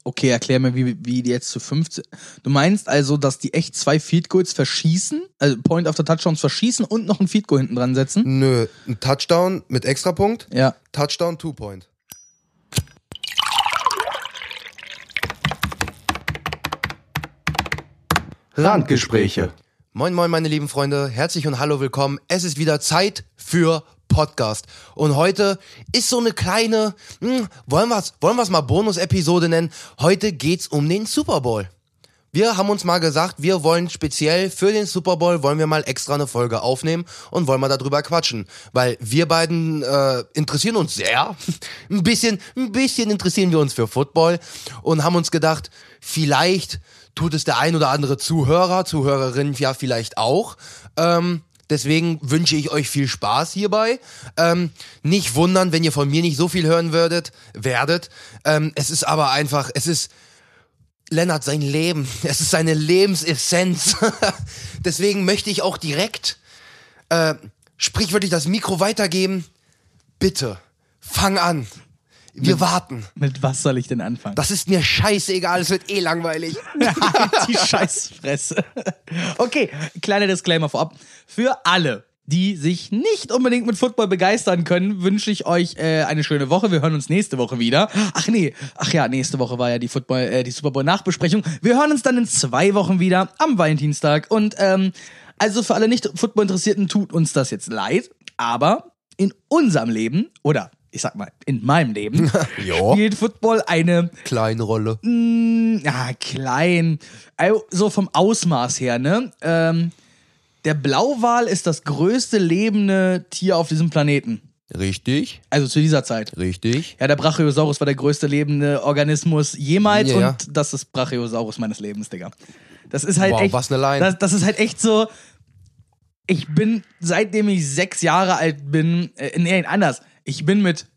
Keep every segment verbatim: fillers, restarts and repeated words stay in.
Okay, erklär mir, wie, wie die jetzt zu fünfzehn. Du meinst also, dass die echt zwei Field Goals verschießen, also Point after Touchdowns verschießen und noch ein Field Goal hinten dran setzen? Nö, ein Touchdown mit Extrapunkt. Ja. Touchdown, Two-Point. Randgespräche. Moin moin meine lieben Freunde, herzlich und hallo willkommen. Es ist wieder Zeit für Podcast. Und heute ist so eine kleine, hm, wollen wir es wollen wir's mal Bonus-Episode nennen. Heute geht's um den Super Bowl. Wir haben uns mal gesagt, wir wollen speziell für den Super Bowl, wollen wir mal extra eine Folge aufnehmen und wollen mal darüber quatschen. Weil wir beiden äh, interessieren uns sehr, ein bisschen, ein bisschen interessieren wir uns für Football und haben uns gedacht, vielleicht tut es der ein oder andere Zuhörer, Zuhörerin ja vielleicht auch. Ähm, deswegen wünsche ich euch viel Spaß hierbei. Ähm, nicht wundern, wenn ihr von mir nicht so viel hören würdet, werdet. Ähm, es ist aber einfach, es ist Lennart sein Leben. Es ist seine Lebensessenz. Deswegen möchte ich auch direkt äh, sprichwörtlich das Mikro weitergeben. Bitte, fang an. Wir mit, warten. Mit was soll ich denn anfangen? Das ist mir scheißegal, es wird eh langweilig. Die Scheißfresse. Okay, kleiner Disclaimer vorab. Für alle, die sich nicht unbedingt mit Football begeistern können, wünsche ich euch äh, eine schöne Woche. Wir hören uns nächste Woche wieder. Ach nee, ach ja, nächste Woche war ja die Football, äh, die Super Bowl Nachbesprechung. Wir hören uns dann in zwei Wochen wieder am Valentinstag. Und ähm, also für alle nicht Football Interessierten tut uns das jetzt leid, aber in unserem Leben oder ich sag mal, in meinem Leben spielt Football eine kleine Rolle. Mh, ja, klein. Also so vom Ausmaß her, ne? Ähm, der Blauwal ist das größte lebende Tier auf diesem Planeten. Richtig. Also zu dieser Zeit. Richtig. Ja, der Brachiosaurus war der größte lebende Organismus jemals Ja, ja. und das ist Brachiosaurus meines Lebens, Digga. Das ist halt Wow, echt. was eine Line. Das, das ist halt echt so. Ich bin, seitdem ich sechs Jahre alt bin, äh, nee, anders. Ich bin mit,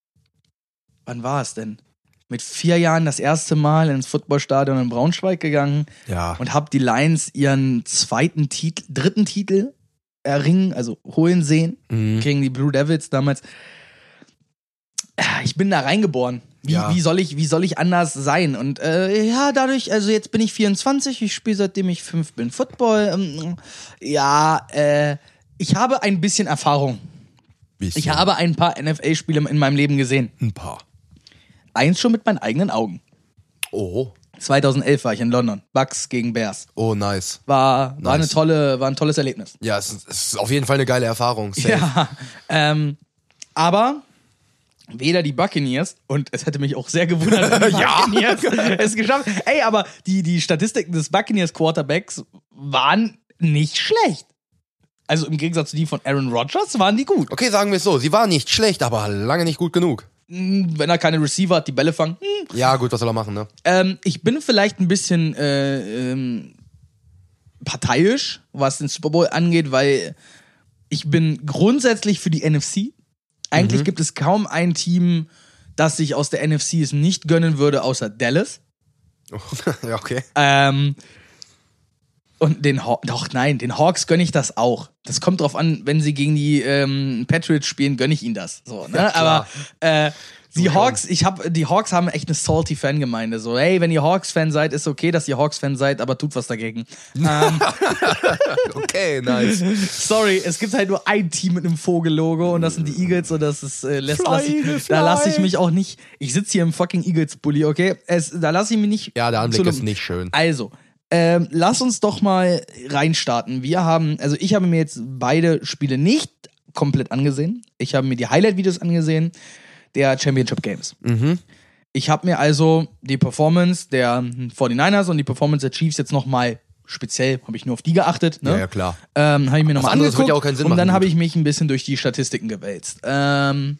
wann war es denn? Mit vier Jahren das erste Mal ins Footballstadion in Braunschweig gegangen Ja. und hab die Lions ihren zweiten Titel, dritten Titel erringen, also holen sehen, Mhm. gegen die Blue Devils damals. Ich bin da reingeboren. Wie, Ja. wie, soll ich, wie soll ich anders sein? Und äh, ja, dadurch, also jetzt bin ich vierundzwanzig, ich spiele seitdem ich fünf bin Football. Ähm, ja, äh, ich habe ein bisschen Erfahrung. Bisschen. Ich habe ein paar N F L-Spiele in meinem Leben gesehen. ein paar. Eins schon mit meinen eigenen Augen. Oh. zweitausendelf war ich in London. Bucks gegen Bears. Oh, nice. War, war, eine Nice. tolle, war ein tolles Erlebnis. Ja, es ist, es ist auf jeden Fall eine geile Erfahrung. Safe. Ja, ähm, aber weder die Buccaneers, und es hätte mich auch sehr gewundert, wenn die Buccaneers es geschafft. Ey, aber die, die Statistiken des Buccaneers Quarterbacks waren nicht schlecht. Also im Gegensatz zu die von Aaron Rodgers waren die gut. Okay, sagen wir es so. Sie war nicht schlecht, aber lange nicht gut genug. Hm, Wenn er keine Receiver hat, die Bälle fangen. Hm. Ja, gut, was soll er machen, ne? Ähm, ich bin vielleicht ein bisschen äh, ähm, parteiisch, was den Super Bowl angeht, weil ich bin grundsätzlich für die N F C. Eigentlich Mhm. gibt es kaum ein Team, das sich aus der N F C es nicht gönnen würde, außer Dallas. Ja, okay. Ähm, und den Haw- doch nein, den Hawks gönne ich das auch. Das kommt drauf an, wenn sie gegen die ähm, Patriots spielen, gönne ich ihnen das. So, ne? Ja, klar. Aber äh, die Du Hawks, ich hab, die Hawks haben echt eine salty Fangemeinde. So, hey, wenn ihr Hawks-Fan seid, ist okay, dass ihr Hawks-Fan seid, aber tut was dagegen. ähm, Okay, nice. sorry, es gibt halt nur ein Team mit einem Vogellogo und das sind die Eagles und das ist äh, lässt, Fly, lass ich, Eagle, da lasse ich fly. mich auch nicht. Ich sitze hier im fucking Eagles-Bully, okay? Es, da lasse ich mich nicht. Ja, der Anblick zu- ist nicht schön. Also, ähm, lass uns doch mal reinstarten. Wir haben, also ich habe mir jetzt beide Spiele nicht komplett angesehen. Ich habe mir die Highlight-Videos angesehen der Championship Games. Mhm. Ich habe mir also die Performance der forty-niners und die Performance der Chiefs jetzt nochmal speziell, habe ich nur auf die geachtet, ne? Ja, ja, klar. Ähm, habe ich mir nochmal anderes angeguckt wird ja auch keinen Sinn und dann machen, habe gut. ich mich ein bisschen durch die Statistiken gewälzt. Ähm,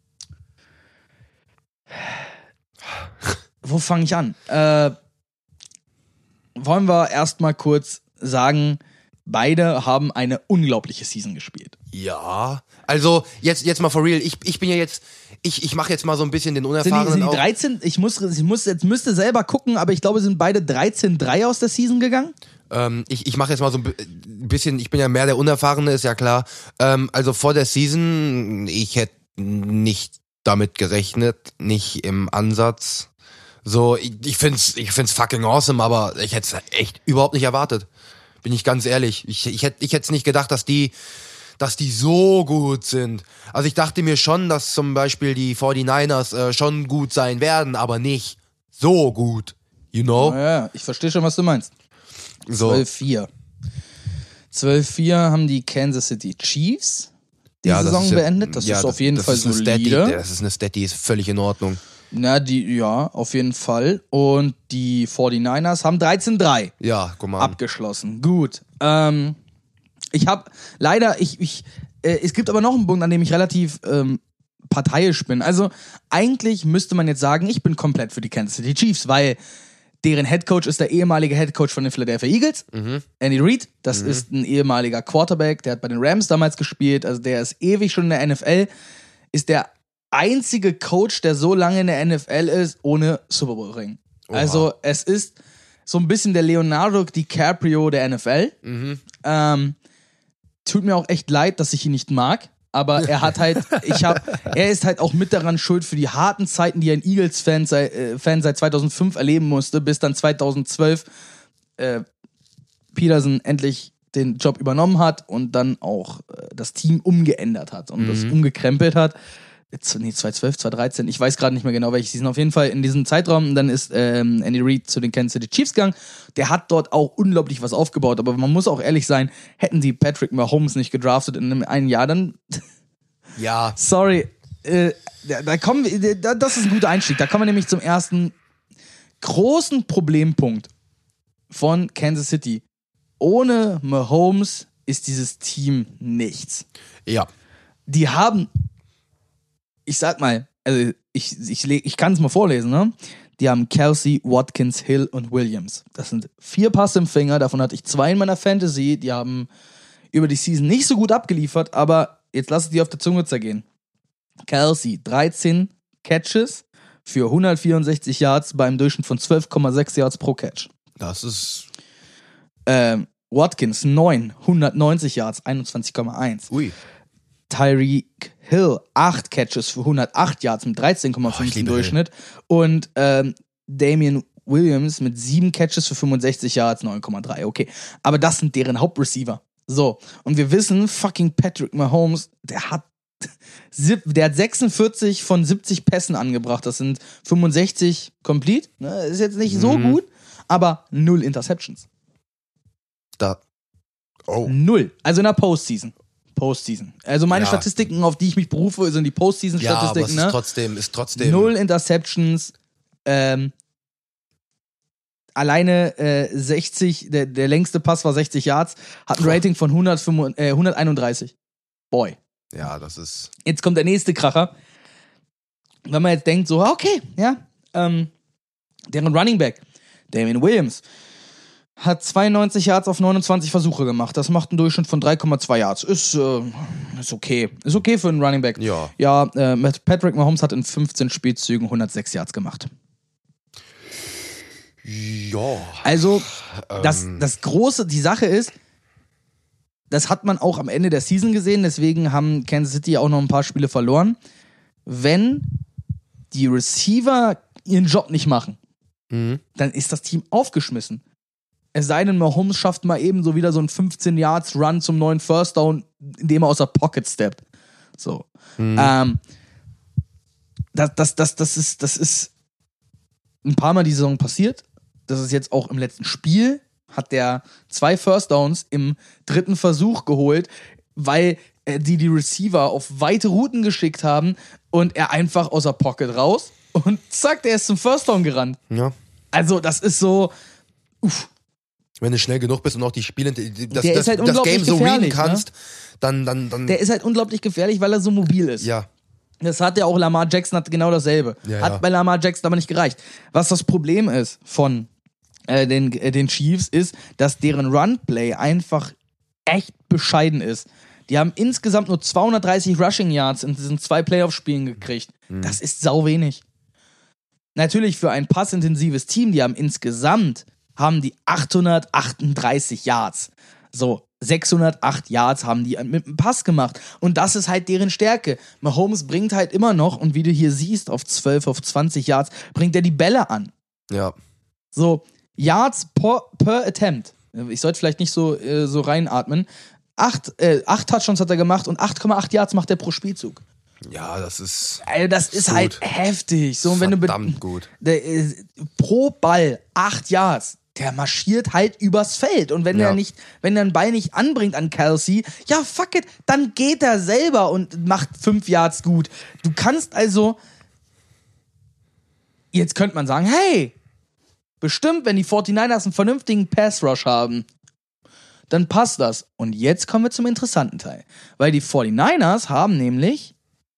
wo fange ich an? Äh, wollen wir erstmal kurz sagen, beide haben eine unglaubliche Season gespielt. Ja. Also, jetzt, jetzt mal for real. Ich, ich bin ja jetzt, ich, ich mache jetzt mal so ein bisschen den Sind die, Unerfahrenen sind die auch. dreizehn, ich muss, ich muss, jetzt müsste selber gucken, aber ich glaube, sind beide dreizehn drei aus der Season gegangen? Ähm, ich ich mache jetzt mal so ein bi- bisschen, ich bin ja mehr der Unerfahrene, ist ja klar. Ähm, also vor der Season, ich hätte nicht damit gerechnet, nicht im Ansatz. So, ich, ich find's, ich find's fucking awesome, aber ich hätte es echt überhaupt nicht erwartet. Bin ich ganz ehrlich. Ich, ich hätte ich hätte nicht gedacht, dass die, dass die so gut sind. Also ich dachte mir schon, dass zum Beispiel die forty-niners äh, schon gut sein werden, aber nicht so gut. You know? Naja, ich verstehe schon, was du meinst. So. zwölf vier. zwölf vier haben die Kansas City Chiefs die Ja, das Saison ist ja- beendet. Das ja, ist auf jeden das Fall ist eine Stat, die, solide. das ist eine Stat, die ist völlig in Ordnung. Na, die, ja, auf jeden Fall. Und die forty-niners haben dreizehn drei Ja, guck mal. an. abgeschlossen. Gut. Ähm, ich habe leider, ich, ich, äh, es gibt aber noch einen Punkt, an dem ich relativ ähm, parteiisch bin. Also eigentlich müsste man jetzt sagen, ich bin komplett für die Kansas City Chiefs, weil deren Headcoach ist der ehemalige Headcoach von den Philadelphia Eagles, Andy Reid. Das ist ein ehemaliger Quarterback, der hat bei den Rams damals gespielt, also der ist ewig schon in der N F L, ist der einzige Coach, der so lange in der N F L ist, ohne Super Bowl Ring. Oha. Also es ist so ein bisschen der Leonardo DiCaprio der N F L. Ähm, tut mir auch echt leid, dass ich ihn nicht mag, aber er hat halt, ich hab, er ist halt auch mit daran schuld für die harten Zeiten, die ein Eagles-Fan seit, äh, Fan seit zweitausendfünf erleben musste, bis dann zweitausendzwölf äh, Peterson endlich den Job übernommen hat und dann auch äh, das Team umgeändert hat und das umgekrempelt hat. Jetzt, nee, zweitausendzwölf, zweitausenddreizehn, ich weiß gerade nicht mehr genau, welche Season. Auf jeden Fall in diesem Zeitraum. Und dann ist ähm, Andy Reid zu den Kansas City Chiefs gegangen. Der hat dort auch unglaublich was aufgebaut. Aber man muss auch ehrlich sein, hätten sie Patrick Mahomes nicht gedraftet in einem einen Jahr, dann Ja. sorry, äh, da, da kommen wir, da, das ist ein guter Einstieg. Da kommen wir nämlich zum ersten großen Problempunkt von Kansas City. Ohne Mahomes ist dieses Team nichts. Ja. Die haben, ich sag mal, also ich, ich, le- ich kann es mal vorlesen, ne? Die haben Kelsey, Watkins, Hill und Williams. Das sind vier Pass-Empfänger, davon hatte ich zwei in meiner Fantasy. Die haben über die Season nicht so gut abgeliefert, aber jetzt lass es dir auf der Zunge zergehen. Kelsey, dreizehn Catches für hundertvierundsechzig Yards beim Durchschnitt von zwölf Komma sechs Yards pro Catch. Das ist. Ähm, Watkins, neun, hundertneunzig Yards, einundzwanzig Komma eins. Ui. Tyreek Hill, acht Catches für hundertacht Yards mit dreizehn Komma Oh, ich fünf im liebe Durchschnitt. Und ähm, Damian Williams mit sieben Catches für fünfundsechzig Yards, neun Komma drei. Okay, aber das sind deren Hauptreceiver. So, und wir wissen, fucking Patrick Mahomes, der hat sieb- der hat sechsundvierzig von siebzig Pässen angebracht. Das sind fünfundsechzig complete. Ne? Ist jetzt nicht so gut, aber null Interceptions. Da. Oh. Null. Also in der Postseason. Postseason. Also meine Ja. Statistiken, auf die ich mich berufe, sind die Ja, aber es Postseason-Statistiken. ist ne? trotzdem, ist trotzdem. Null Interceptions. Ähm, alleine äh, sechzig, der, der längste Pass war sechzig Yards, hat ein Boah. Rating von hundertfünf, äh, hunderteinunddreißig. Boy. Ja, das ist. Jetzt kommt der nächste Kracher. Wenn man jetzt denkt, so, okay, ja, ähm, deren Running Back, Damian Williams, hat zweiundneunzig Yards auf neunundzwanzig Versuche gemacht. Das macht einen Durchschnitt von drei Komma zwei Yards. Ist, äh, ist okay. Ist okay für einen Running Back. Ja. Ja, äh, Patrick Mahomes hat in fünfzehn Spielzügen hundertsechs Yards gemacht. Ja. Also, das, das Große, die Sache ist, das hat man auch am Ende der Season gesehen, deswegen haben Kansas City auch noch ein paar Spiele verloren. Wenn die Receiver ihren Job nicht machen, Mhm. dann ist das Team aufgeschmissen. Es sei denn, Mahomes schafft mal eben so wieder so einen fünfzehn Yards Run zum neuen First Down, indem er aus der Pocket steppt. So. Ähm, das, das, das, das, ist, das ist ein paar Mal die Saison passiert. Das ist jetzt auch im letzten Spiel, hat der zwei First Downs im dritten Versuch geholt, weil äh, die die Receiver auf weite Routen geschickt haben und er einfach aus der Pocket raus und zack, der ist zum First Down gerannt. Ja. Also das ist so, uff. Wenn du schnell genug bist und auch die Spiele, das, Der das, ist halt das unglaublich Game so readen gefährlich, kannst, dann, dann, dann. Der ist halt unglaublich gefährlich, weil er so mobil ist. ja. Das hat ja auch Lamar Jackson, hat genau dasselbe. Ja, hat ja. bei Lamar Jackson aber nicht gereicht. Was das Problem ist von äh, den, äh, den Chiefs, ist, dass deren Runplay einfach echt bescheiden ist. Die haben insgesamt nur zweihundertdreißig Rushing Yards in diesen zwei Playoff-Spielen gekriegt. Das ist sau wenig. Natürlich für ein passintensives Team, die haben insgesamt haben die achthundertachtunddreißig Yards. So, sechshundertacht Yards haben die mit dem Pass gemacht. Und das ist halt deren Stärke. Mahomes bringt halt immer noch, und wie du hier siehst, auf zwölf, auf zwanzig Yards, bringt er die Bälle an. Ja. So, Yards per, per Attempt. Ich sollte vielleicht nicht so, äh, so reinatmen. Acht, äh, acht Touchdowns hat er gemacht und acht Komma acht Yards macht er pro Spielzug. Ja, das ist. Also das ist gut. halt heftig. So, wenn Verdammt du gut. Der, äh, pro Ball acht Yards. Der marschiert halt übers Feld. Und wenn Ja. er nicht, wenn er einen Ball nicht anbringt an Kelsey, ja, fuck it, dann geht er selber und macht fünf Yards gut. Du kannst also. Jetzt könnte man sagen, hey, bestimmt, wenn die forty-niners einen vernünftigen Pass-Rush haben, dann passt das. Und jetzt kommen wir zum interessanten Teil. Weil die forty-niners haben nämlich,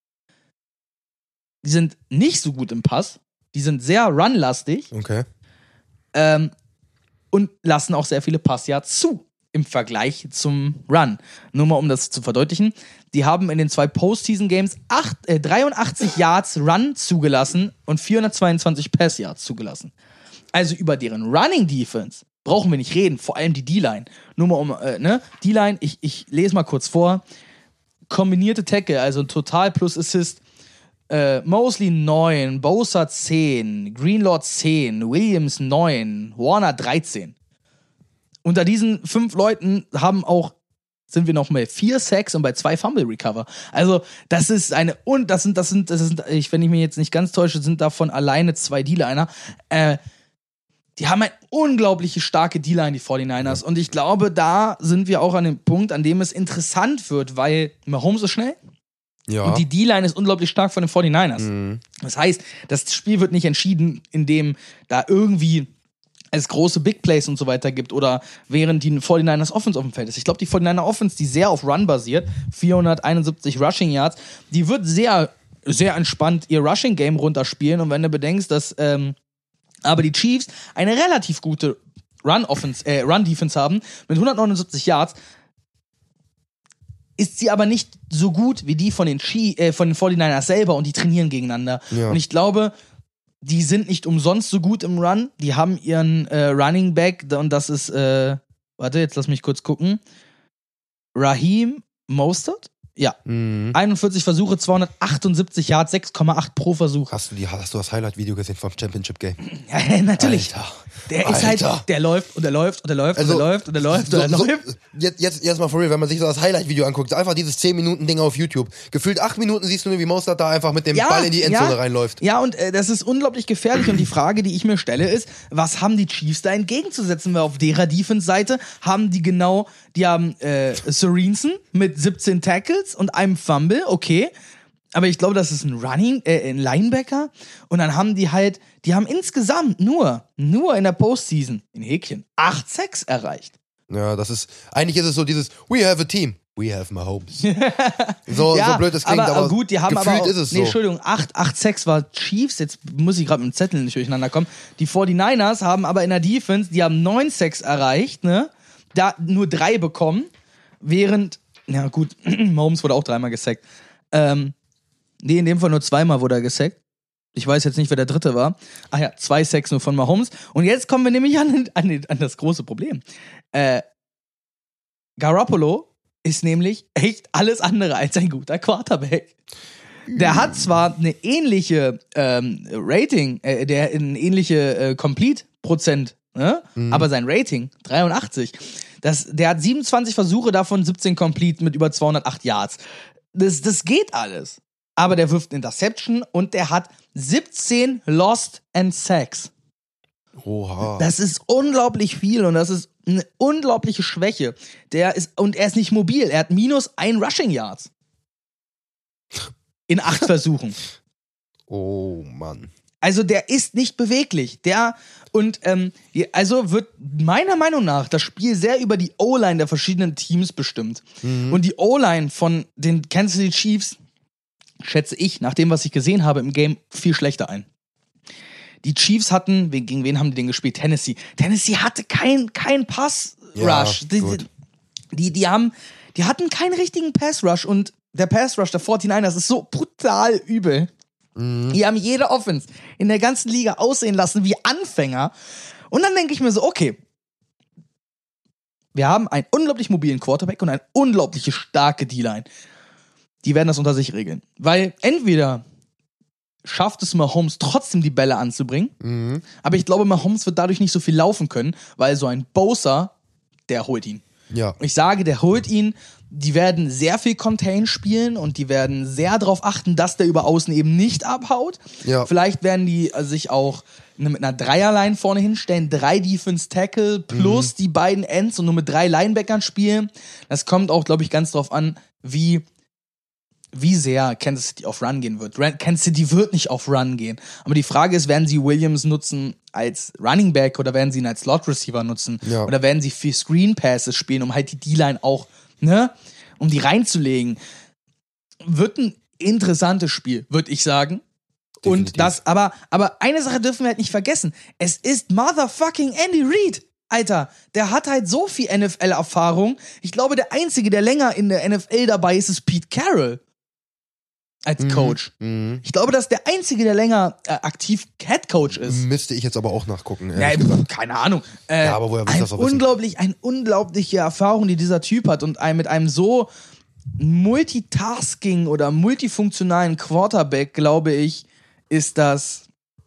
die sind nicht so gut im Pass, die sind sehr runlastig, Okay. ähm, und lassen auch sehr viele Passyards zu im Vergleich zum Run. Nur mal, um das zu verdeutlichen. Die haben in den zwei Postseason-Games acht, äh, dreiundachtzig Yards Run zugelassen und vierhundertzweiundzwanzig Pass-Yards zugelassen. Also über deren Running-Defense brauchen wir nicht reden, vor allem die D-Line. Nur mal um, äh, ne? D-Line, ich, ich lese mal kurz vor. Kombinierte Tackle, also Total plus Assist. Äh, Mosley neun, Bosa zehn, Greenlaw zehn, Williams neun, Warner dreizehn. Unter diesen fünf Leuten haben auch, sind wir noch bei vier Sacks und bei zwei Fumble Recover. Also, das ist eine, und das sind, das sind, das sind, ich, wenn ich mich jetzt nicht ganz täusche, sind davon alleine zwei D-Liner. Äh, die haben eine unglaublich starke D-Line, die forty-niners. Und ich glaube, da sind wir auch an dem Punkt, an dem es interessant wird, weil Mahomes ist schnell. Ja. Und die D-Line ist unglaublich stark von den forty-niners. Mhm. Das heißt, das Spiel wird nicht entschieden, indem da irgendwie es große Big Plays und so weiter gibt oder während die forty-niners Offense auf dem Feld ist. Ich glaube, die forty-niner Offense, die sehr auf Run basiert, vierhunderteinundsiebzig Rushing Yards, die wird sehr, sehr entspannt ihr Rushing Game runterspielen. Und wenn du bedenkst, dass ähm, aber die Chiefs eine relativ gute Run-Offense, äh, Run-Defense haben mit hundertneunundsiebzig Yards, ist sie aber nicht so gut wie die von den, Chi- äh, von den forty-niners selber und die trainieren gegeneinander. Ja. Und ich glaube, die sind nicht umsonst so gut im Run. Die haben ihren äh, Running Back und das ist, äh, warte, jetzt lass mich kurz gucken. Raheem Mostert? Ja. Mhm. einundvierzig Versuche, zweihundertachtundsiebzig Yards, sechs Komma acht pro Versuch. Hast du, die, hast du das Highlight-Video gesehen vom Championship Game? Ja, natürlich. Alter. Der ist Alter. halt, der läuft und der läuft und der läuft Also, und der läuft und der läuft so, und der so, läuft. Jetzt, jetzt, jetzt mal for real, wenn man sich so das Highlight-Video anguckt, einfach dieses zehn Minuten Ding auf YouTube. Gefühlt acht Minuten siehst du nur, wie Mostert da einfach mit dem Ja, Ball in die Endzone ja, reinläuft. Ja, und äh, das ist unglaublich gefährlich. Und die Frage, die ich mir stelle, ist, was haben die Chiefs da entgegenzusetzen? Weil auf derer Defense-Seite haben die genau, die haben äh, Sorensen mit siebzehn Tackles und einem Fumble, okay. Aber ich glaube, das ist ein Running, äh, ein Linebacker. Und dann haben die halt, die haben insgesamt nur, nur in der Postseason, in Häkchen, acht Sacks erreicht. Ja, das ist, eigentlich ist es so dieses, we have a team, we have Mahomes. so, Ja, so blöd das klingt, aber, aber, gut, die haben gefühlt aber auch, ist es nee, so. Entschuldigung, acht Sacks war Chiefs, jetzt muss ich gerade mit dem Zettel nicht durcheinander kommen. Die forty-niners haben aber in der Defense, die haben neun Sacks erreicht, ne? Da nur drei bekommen, während, ja gut, Mahomes wurde auch dreimal gesackt. Ähm, nee, in dem Fall nur zweimal wurde er gesackt. Ich weiß jetzt nicht, wer der dritte war. Ach ja, zwei Sacks nur von Mahomes. Und jetzt kommen wir nämlich an, an, an das große Problem. Äh, Garoppolo ist nämlich echt alles andere als ein guter Quarterback. Der hat zwar eine ähnliche ähm, Rating, äh, der eine ähnliche äh, Complete-Prozent, ne? Mhm. Aber sein Rating, dreiundachtzig. Das, der hat siebenundzwanzig Versuche, davon siebzehn Complete mit über zweihundertacht Yards. Das, das geht alles. Aber der wirft eine Interception und der hat siebzehn Lost and Sacks. Oha. Das ist unglaublich viel und das ist eine unglaubliche Schwäche. Der ist, und er ist nicht mobil. Er hat minus ein Rushing Yards. In acht Versuchen. Oh Mann. Also der ist nicht beweglich. Der und ähm, also wird meiner Meinung nach das Spiel sehr über die O-Line der verschiedenen Teams bestimmt. Mhm. Und die O-Line von den Kansas City Chiefs schätze ich, nach dem, was ich gesehen habe im Game, viel schlechter ein. Die Chiefs hatten, gegen wen haben die denn gespielt? Tennessee. Tennessee hatte kein, kein Pass-Rush. Ja, die, gut. die, die, haben, die hatten keinen richtigen Pass-Rush und der Pass-Rush der forty-niners ist so brutal übel. Mhm. Die haben jede Offense in der ganzen Liga aussehen lassen wie Anfänger. Und dann denke ich mir so, okay, Wir haben einen unglaublich mobilen Quarterback und eine unglaubliche starke D-Line. Die werden das unter sich regeln. Weil entweder schafft es Mahomes trotzdem die Bälle anzubringen, Mhm. aber ich glaube, Mahomes wird dadurch nicht so viel laufen können, weil so ein Bosa, der holt ihn. Ja. Ich sage, der holt ihn. Die werden sehr viel Contain spielen und die werden sehr darauf achten, dass der über außen eben nicht abhaut. Ja. Vielleicht werden die äh, sich auch ne- mit einer Dreierline vorne hinstellen, drei Defense Tackle plus Mhm. die beiden Ends und nur mit drei Linebackern spielen. Das kommt auch, glaube ich, ganz drauf an, wie wie sehr Kansas City auf Run gehen wird. Ran- Kansas City wird nicht auf Run gehen. Aber die Frage ist, werden sie Williams nutzen als Running Back oder werden sie ihn als Slot Receiver nutzen? Ja. Oder werden sie viel Screen Passes spielen, um halt die D-Line auch, ne, um die reinzulegen? Wird ein interessantes Spiel, würde ich sagen. Definitiv. Und das, aber, aber eine Sache dürfen wir halt nicht vergessen. Es ist motherfucking Andy Reid. Alter, der hat halt so viel N F L-Erfahrung. Ich glaube, der Einzige, der länger in der N F L dabei ist, ist Pete Carroll. Als Coach. Mhm. Ich glaube, dass der Einzige, der länger äh, aktiv Head Coach ist. Müsste ich jetzt aber auch nachgucken. Ja, ehrlich gesagt. keine Ahnung. Äh, Ja, aber woher willst du ein das auch wissen? unglaublich, eine unglaubliche Erfahrung, die dieser Typ hat und ein, mit einem so Multitasking oder multifunktionalen Quarterback, glaube ich, ist das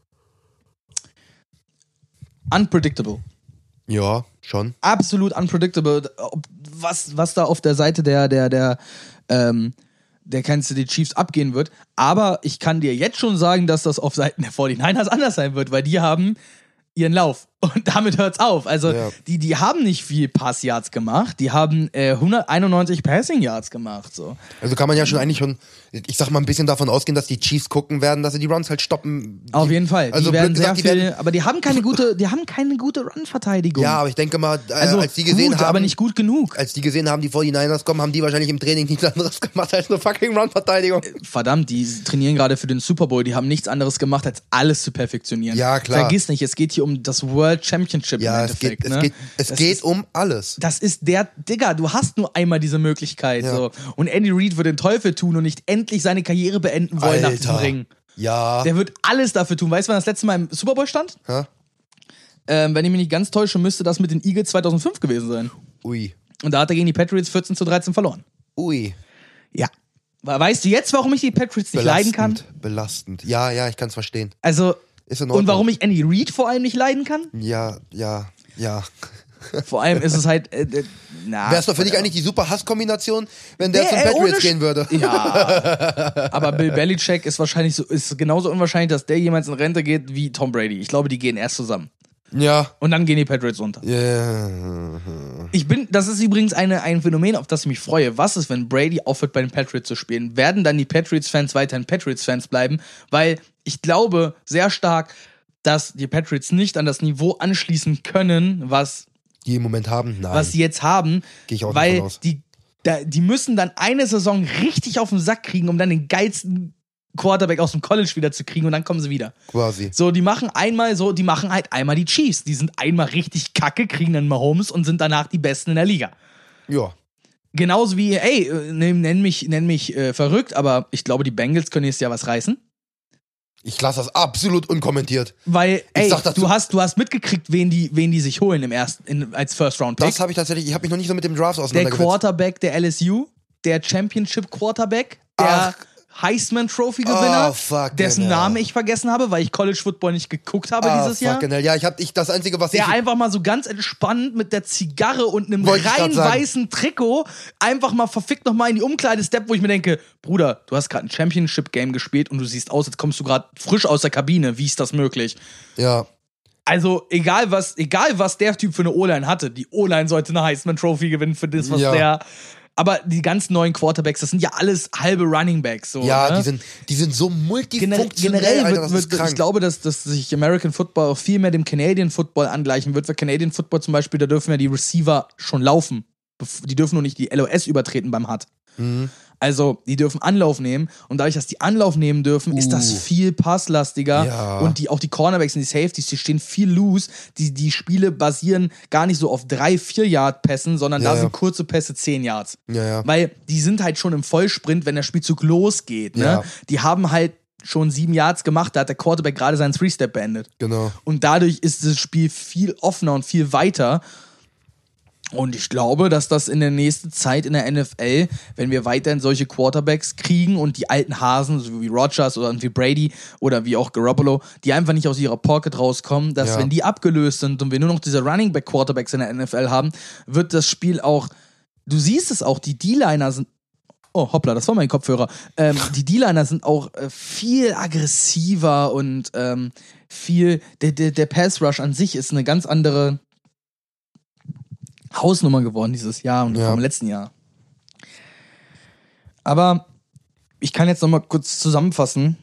unpredictable. Ja, schon. Absolut unpredictable. Ob- Was, was da auf der Seite der, der, der, ähm, der Kansas City Chiefs abgehen wird. Aber ich kann dir jetzt schon sagen, dass das auf Seiten der forty-niners anders sein wird, weil die haben ihren Lauf. Und damit hört's auf. Also, Ja. die, die haben nicht viel Pass-Yards gemacht. Die haben äh, hunderteinundneunzig Passing-Yards gemacht. So. Also kann man ja schon eigentlich schon, ich sag mal, ein bisschen davon ausgehen, dass die Chiefs gucken werden, dass sie die Runs halt stoppen. Auf Die- jeden Fall. Also die werden blöd gesagt, sehr die viel, werden, aber die haben keine gute, die haben keine gute Run-Verteidigung. ja, aber ich denke mal, äh, also als die gesehen gut, haben, aber nicht gut genug. als die gesehen haben, die forty-niners kommen, haben die wahrscheinlich im Training nichts anderes gemacht als eine fucking Run-Verteidigung. Verdammt, die trainieren gerade für den Super Bowl. Die haben nichts anderes gemacht, als alles zu perfektionieren. Ja, klar. Vergiss nicht, es geht hier um das World Championship Ja, im es Endeffekt. geht, ne? es geht, es das geht ist, um alles. Das ist der, Digga, du hast nur einmal diese Möglichkeit. Ja. So. Und Andy Reid wird den Teufel tun und nicht endlich seine Karriere beenden wollen nach diesem Alter. Ring. Ja. Der wird alles dafür tun. Weißt du, wann das letzte Mal im Super Bowl stand? Hä? Ähm, wenn ich mich nicht ganz täusche, müsste das mit den Eagles zweitausendfünf gewesen sein. Ui. Und da hat er gegen die Patriots vierzehn zu dreizehn verloren. Ui. Ja. Weißt du jetzt, warum ich die Patriots nicht leiden kann? Belastend. Belastend. Ja, ja, ich kann es verstehen. Also, Ist in Ordnung. und warum ich Andy Reid vor allem nicht leiden kann? Ja, ja, ja. Vor allem ist es halt, äh, äh, na. Wäre es doch für dich eigentlich die super Hasskombination, wenn der Nee, zum ey, Patriots ohne Sch- gehen würde? Ja. Aber Bill Belichick ist wahrscheinlich so, ist genauso unwahrscheinlich, dass der jemals in Rente geht wie Tom Brady. Ich glaube, die gehen erst zusammen. Ja. Und dann gehen die Patriots unter. Ja. Ich bin, das ist übrigens eine, ein Phänomen, auf das ich mich freue. Was ist, wenn Brady aufhört, bei den Patriots zu spielen? Werden dann die Patriots-Fans weiterhin Patriots-Fans bleiben? Weil ich glaube sehr stark, dass die Patriots nicht an das Niveau anschließen können, was Die im Moment haben? Nein. was sie jetzt haben, Geh ich auch weil davon aus. die, da, die müssen dann eine Saison richtig auf den Sack kriegen, um dann den geilsten Quarterback aus dem College wieder zu kriegen und dann kommen sie wieder. Quasi. So, die machen einmal so, die machen halt einmal die Chiefs. Die sind einmal richtig kacke, kriegen dann Mahomes und sind danach die Besten in der Liga. Ja. Genauso wie, ey, äh, nenn nenn mich, nenn mich äh, verrückt, aber ich glaube, die Bengals können jetzt ja was reißen. Ich lasse das absolut unkommentiert. Weil, ey, sag dazu- du hast, du hast mitgekriegt, wen die, wen die sich holen im ersten, in, als First-Round-Pick. Das habe ich tatsächlich, ich habe mich noch nicht so mit dem Draft Der auseinandergesetzt. Quarterback der L S U, der Championship Quarterback, der Ach. Heisman Trophy Gewinner, Oh, fucking dessen hell. Namen ich vergessen habe, weil ich College Football nicht geguckt habe ah, dieses Jahr. fucking hell. Ja, ich habe ich das einzige, was Der ich einfach mal so ganz entspannt mit der Zigarre und einem Wollte ich grad rein sagen. weißen Trikot einfach mal verfickt nochmal in die Umkleide step, wo ich mir denke, Bruder, du hast gerade ein Championship-Game gespielt und du siehst aus, als kommst du gerade frisch aus der Kabine. Wie ist das möglich? ja. Also, egal was, egal was der Typ für eine O-Line hatte, die O-Line sollte eine Heisman-Trophy gewinnen für das, was Ja. der. Aber die ganzen neuen Quarterbacks, das sind ja alles halbe Running Backs. So, Ja, ne? die sind die sind so Gener multifunktionell, generell Alter, wird, das wird, ist krank. ich glaube, dass, dass sich American Football auch viel mehr dem Canadian Football angleichen wird. Weil Canadian Football zum Beispiel, da dürfen ja die Receiver schon laufen. Bef- Die dürfen nur nicht die L O S übertreten beim H U T. Mhm. Also, die dürfen Anlauf nehmen und dadurch, dass die Anlauf nehmen dürfen, ist das Uh. viel passlastiger Ja. und die, auch die Cornerbacks und die Safeties, die stehen viel loose. Die, die Spiele basieren gar nicht so auf drei, vier Yard Pässen, sondern Ja, da ja. sind kurze Pässe zehn Yards. Ja, ja. Weil die sind halt schon im Vollsprint, wenn der Spielzug losgeht. Ne? Ja. Die haben halt schon sieben Yards gemacht, da hat der Quarterback gerade seinen Three-Step beendet. Genau. Und dadurch ist das Spiel viel offener und viel weiter. Und ich glaube, dass das in der nächsten Zeit in der N F L, wenn wir weiterhin solche Quarterbacks kriegen und die alten Hasen, so wie Rodgers oder wie Brady oder wie auch Garoppolo, die einfach nicht aus ihrer Pocket rauskommen, dass Ja. wenn die abgelöst sind und wir nur noch diese Running Back Quarterbacks in der N F L haben, wird das Spiel auch, du siehst es auch, die D-Liner sind, oh hoppla, das war mein Kopfhörer, ähm, die D-Liner sind auch äh, viel aggressiver und ähm, viel, der, der, der Pass Rush an sich ist eine ganz andere Hausnummer geworden dieses Jahr und Ja. vom letzten Jahr. Aber ich kann jetzt noch mal kurz zusammenfassen,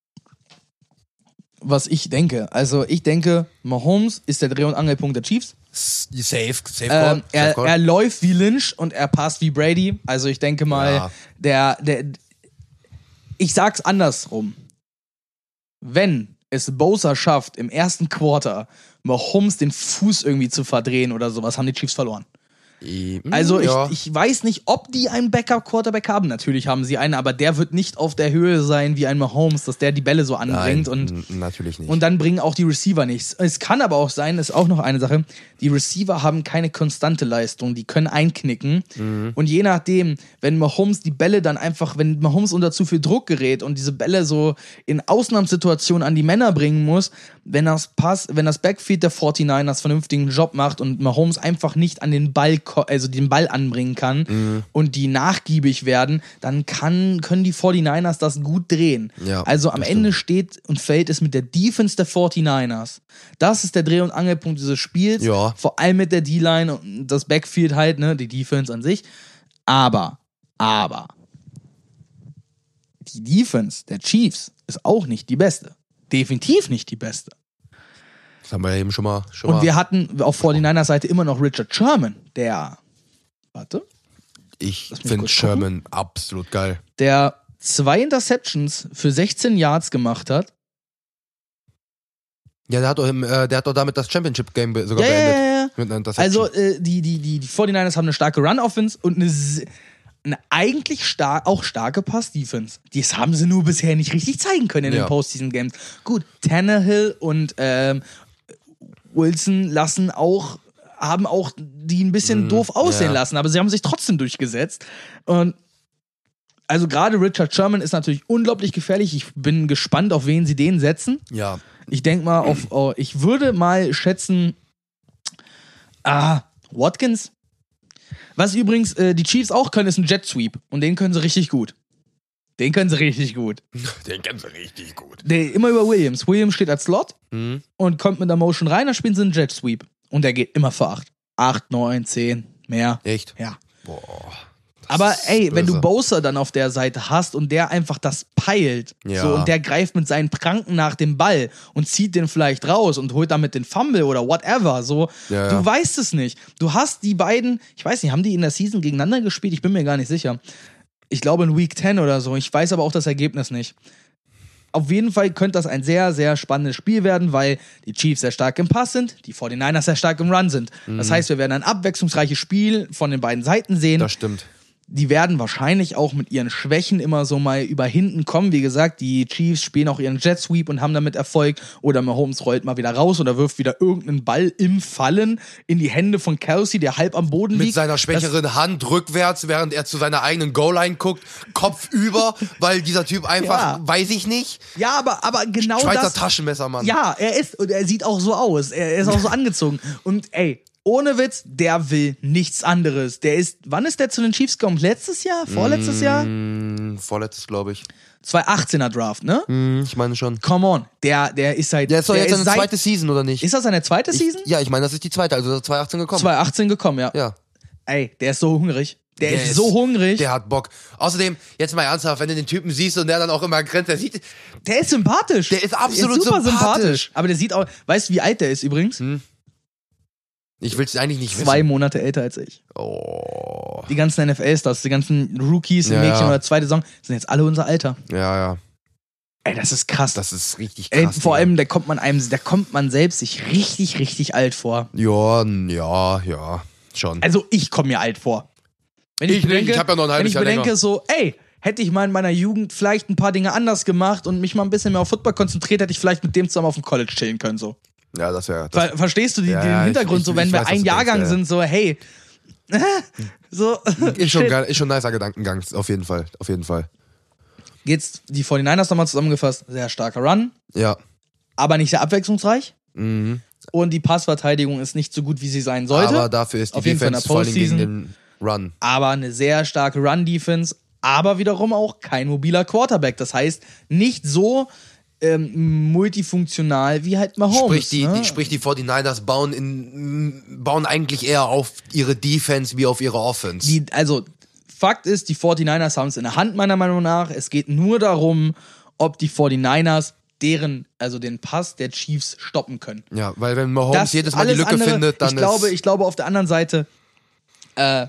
was ich denke. Also ich denke, Mahomes ist der Dreh- und Angelpunkt der Chiefs. Safe, safe Ähm, call. er, safe call. er läuft wie Lynch und er passt wie Brady. Also ich denke mal, Ja. der, der, ich sag's andersrum. Wenn es Bosa schafft, im ersten Quarter Mahomes den Fuß irgendwie zu verdrehen oder sowas, haben die Chiefs verloren. I- Also ja. ich, ich weiß nicht, ob die einen Backup-Quarterback haben. Natürlich haben sie einen, aber der wird nicht auf der Höhe sein wie ein Mahomes, dass der die Bälle so anbringt. Nein, und n- natürlich nicht. und dann bringen auch die Receiver nichts. Es kann aber auch sein, ist auch noch eine Sache, die Receiver haben keine konstante Leistung, die können einknicken. Mhm. Und je nachdem, wenn Mahomes die Bälle dann einfach, wenn Mahomes unter zu viel Druck gerät und diese Bälle so in Ausnahmesituationen an die Männer bringen muss, wenn das Pass, wenn das Backfield der forty-niners vernünftigen Job macht und Mahomes einfach nicht an den Ball, ko- also den Ball anbringen kann Mhm. und die nachgiebig werden, dann kann, können die forty-niners das gut drehen. Ja, also am das Ende steht und fällt es mit der Defense der forty-niners. Das ist der Dreh- und Angelpunkt dieses Spiels. Ja. Vor allem mit der D-Line und das Backfield halt, ne, die Defense an sich. Aber, aber, die Defense der Chiefs ist auch nicht die beste. Definitiv nicht die beste. das haben wir ja eben schon mal. Schon Und mal. wir hatten auf forty-niners Seite immer noch Richard Sherman, der, warte, Ich mich finde kurz Sherman absolut geil. der zwei Interceptions für sechzehn Yards gemacht hat. Ja, der hat doch, im, äh, der hat doch damit das Championship-Game be- sogar Ja, ja, beendet. ja, ja. Mit einer Interception. Also, äh, die, die, die, die forty-niners haben eine starke Run-Offense und eine, s- eine eigentlich star auch starke Pass-Defense. Das haben sie nur bisher nicht richtig zeigen können in Ja. den Postseason-Games. Gut, Tannehill und ähm, Wilson lassen auch, haben auch die ein bisschen doof aussehen ja. lassen, aber sie haben sich trotzdem durchgesetzt. Und also gerade Richard Sherman ist natürlich unglaublich gefährlich. Ich bin gespannt, auf wen sie den setzen. ja. Ich denke mal auf, oh, ich würde mal schätzen, ah, Watkins. Was übrigens äh, die Chiefs auch können, ist ein Jet Sweep. Und den können sie richtig gut. Den können sie richtig gut. Den kennen sie richtig gut. Der, immer über Williams. Williams steht als Slot Mhm. und kommt mit der Motion rein, dann spielen sie einen Jet Sweep. Und der geht immer für acht. acht, neun, zehn, mehr. Echt? Ja. Boah. Aber ist ey, wenn du böse. Bosa dann auf der Seite hast und der einfach das peilt, Ja. so, und der greift mit seinen Pranken nach dem Ball und zieht den vielleicht raus und holt damit den Fumble oder whatever, so, Ja, du ja. weißt es nicht. Du hast die beiden, ich weiß nicht, haben die in der Season gegeneinander gespielt? Ich bin mir gar nicht sicher. Ich glaube in Week zehn oder so. Ich weiß aber auch das Ergebnis nicht. Auf jeden Fall könnte das ein sehr, sehr spannendes Spiel werden, weil die Chiefs sehr stark im Pass sind, die forty-niners sehr stark im Run sind. Das heißt, wir werden ein abwechslungsreiches Spiel von den beiden Seiten sehen. Das stimmt. Die werden wahrscheinlich auch mit ihren Schwächen immer so mal über hinten kommen. Wie gesagt, die Chiefs spielen auch ihren Jet Sweep und haben damit Erfolg. Oder Mahomes rollt mal wieder raus oder wirft wieder irgendeinen Ball im Fallen in die Hände von Kelsey, der halb am Boden Mit liegt. seiner schwächeren Hand rückwärts, während er zu seiner eigenen Goal-Line guckt, Kopf über, weil dieser Typ einfach, Ja. weiß ich nicht, Ja, aber, aber genau Schweizer das. Taschenmessermann. Ja, er ist und er sieht auch so aus. Er ist auch so angezogen. Und ey, ohne Witz, der will nichts anderes. Der ist, wann ist der zu den Chiefs gekommen? Letztes Jahr? Vorletztes Jahr? Hm, vorletztes, glaube ich. zwanzig achtzehner Draft, ne? Hm, ich meine schon. Come on. Der, der ist seit. Der ist doch jetzt seine seit, zweite Season, oder nicht? Ist das seine zweite Season? Ich, ja, ich meine, das ist die zweite, also zwanzig achtzehn gekommen. zwanzig achtzehn gekommen, ja. Ja. Ey, der ist so hungrig. Der, ist so hungrig. Der hat Bock. Außerdem, jetzt mal ernsthaft, wenn du den Typen siehst und der dann auch immer grenzt, der sieht, Der ist sympathisch. Der ist absolut super sympathisch. Aber der sieht auch. Weißt du, wie alt der ist übrigens? ich will's eigentlich nicht Zwei wissen. Monate älter als ich. Oh. Die ganzen N F L-Stars, die ganzen Rookies, die Ja, Mädchen ja. oder zweite Saison, sind jetzt alle unser Alter. Ja, ja. Ey, das ist krass. Das ist richtig Ey, krass. vor Digga. allem, da kommt man einem, da kommt man selbst sich richtig, richtig alt vor. Ja, ja, ja. Schon. Also ich komme mir alt vor. Wenn Ich nicht, bedenke, ich hab ja noch ein wenn halbes ich Jahr bedenke länger. so, ey, hätte ich mal in meiner Jugend vielleicht ein paar Dinge anders gemacht und mich mal ein bisschen mehr auf Football konzentriert, hätte ich vielleicht mit dem zusammen auf dem College chillen können, so. Ja, das wäre. Ver verstehst du die, Ja, den ja, ich- Hintergrund, ich- so wenn ich wir weiß, was ein du Jahrgang denkst, ja. sind, so, hey, so, Ist schon, shit. geil, ist schon ein nicer Gedankengang, auf jeden Fall, auf jeden Fall. Jetzt die forty-niners nochmal zusammengefasst, sehr starker Run, Ja. aber nicht sehr abwechslungsreich. Mhm. Und die Passverteidigung ist nicht so gut, wie sie sein sollte. Aber dafür ist die Auf jeden Fall in Defense der vor allem gegen Postseason. den Run. Aber eine sehr starke Run-Defense, aber wiederum auch kein mobiler Quarterback. Das heißt, nicht so ähm, multifunktional wie halt Mahomes. Sprich die, ne? die, sprich, die forty-niners bauen, in, bauen eigentlich eher auf ihre Defense wie auf ihre Offense. Die, also, Fakt ist, die forty-niners haben es in der Hand, meiner Meinung nach. Es geht nur darum, ob die forty-niners deren, also den Pass der Chiefs stoppen können. Ja, weil wenn Mahomes Das jedes Mal die alles Lücke andere, findet, dann ich glaube, ist... ich glaube auf der anderen Seite, äh,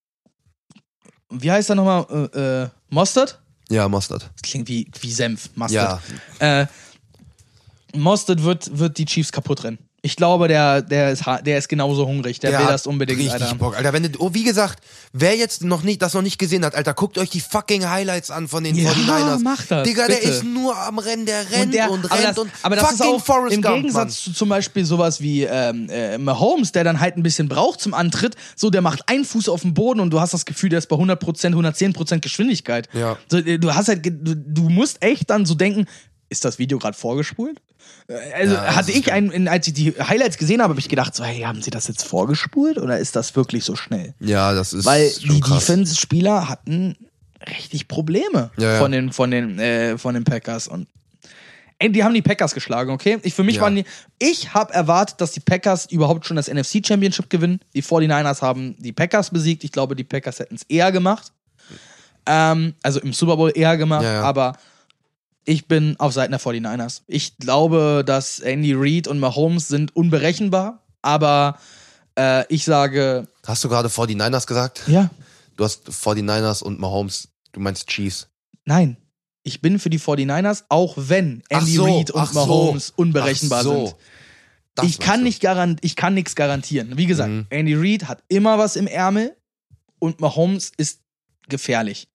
wie heißt er nochmal? Äh, äh, Mostert? Ja, Mostert. Das klingt wie, wie Senf, Mustard. Ja. Äh, Mostert wird, wird die Chiefs kaputt rennen. Ich glaube, der, der, ist, ha- der ist genauso hungrig. Der, will hat das unbedingt, richtig Alter. Bock, Alter. Wenn du, oh, wie gesagt, wer jetzt noch nicht, das noch nicht gesehen hat, Alter, guckt euch die fucking Highlights an von den Ja, forty-niners. mach das, Digga, der bitte. ist nur am Rennen, der rennt und, der, rennt aber das, und aber das ist fucking auch Forrest im Gump, Gegensatz Mann. zu zum Beispiel sowas wie ähm, äh, Mahomes, der dann halt ein bisschen braucht zum Antritt. So, der macht einen Fuß auf den Boden und du hast das Gefühl, der ist bei hundert Prozent, hundertzehn Prozent Geschwindigkeit. Ja. So, äh, du hast halt, ge- du, du musst echt dann so denken, ist das Video gerade vorgespult? Äh, Also Ja, das hatte ist ich geil. einen, in- als ich die Highlights gesehen habe, habe ich gedacht, so, hey, haben sie das jetzt vorgespult oder ist das wirklich so schnell? Ja, das ist Weil schon die krass. Defense-Spieler hatten richtig Probleme Ja, ja. von den, von den, äh, von den Packers und ey, die haben die Packers geschlagen, okay? Ich, für mich Ja. waren die, ich habe erwartet, dass die Packers überhaupt schon das N F C Championship gewinnen. Die forty-niners haben die Packers besiegt. Ich glaube, die Packers hätten es eher gemacht. Ähm, also im Super Bowl eher gemacht, Ja, ja. aber ich bin auf Seiten der forty-niners. Ich glaube, dass Andy Reid und Mahomes sind unberechenbar, aber äh, ich sage, Hast du gerade forty-niners gesagt? ja, Du hast forty-niners und Mahomes, du meinst Chiefs. nein. Ich bin für die forty-niners, auch wenn Ach Andy so, Reid und ach so. Mahomes unberechenbar Ach so. sind. Das Ich kann meinst nicht garant, ich kann nichts garantieren. Wie gesagt, Mhm. Andy Reid hat immer was im Ärmel und Mahomes ist gefährlich.